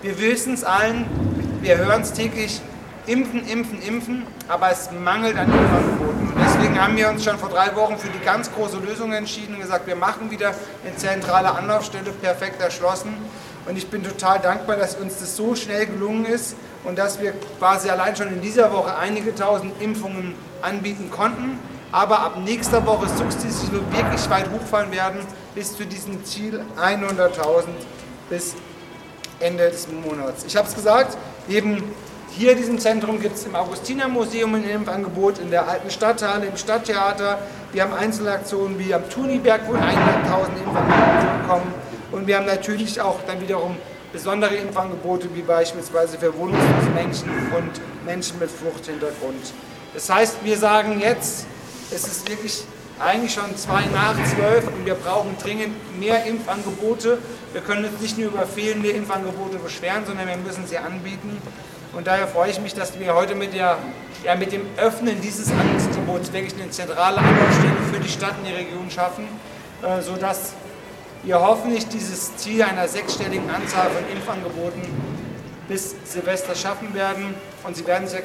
Wir wissen es allen, wir hören es täglich, impfen, impfen, impfen, aber es mangelt an Impfangeboten. Und deswegen haben wir uns schon vor 3 Wochen für die ganz große Lösung entschieden und gesagt, wir machen wieder eine zentrale Anlaufstelle, perfekt erschlossen. Und ich bin total dankbar, dass uns das so schnell gelungen ist und dass wir quasi allein schon in dieser Woche einige tausend Impfungen anbieten konnten, aber ab nächster Woche sukzessive wirklich weit hochfahren werden bis zu diesem Ziel 100.000 bis Ende des Monats. Ich habe es gesagt, eben hier in diesem Zentrum gibt es im Augustinermuseum ein Impfangebot, in der alten Stadthalle, im Stadttheater. Wir haben Einzelaktionen wie am Thuniberg, wo 100.000 Impfangebote kommen. Und wir haben natürlich auch dann wiederum besondere Impfangebote, wie beispielsweise für wohnungslose Menschen und Menschen mit Fluchthintergrund. Das heißt, wir sagen jetzt, es ist wirklich eigentlich schon 2 nach 12 und wir brauchen dringend mehr Impfangebote. Wir können uns nicht nur über fehlende Impfangebote beschweren, sondern wir müssen sie anbieten. Und daher freue ich mich, dass wir heute mit dem Öffnen dieses Angebots wirklich eine zentrale Anlaufstelle für die Stadt und die Region schaffen, sodass wir hoffentlich dieses Ziel einer 6-stelligen Anzahl von Impfangeboten bis Silvester schaffen werden. Und Sie werden sich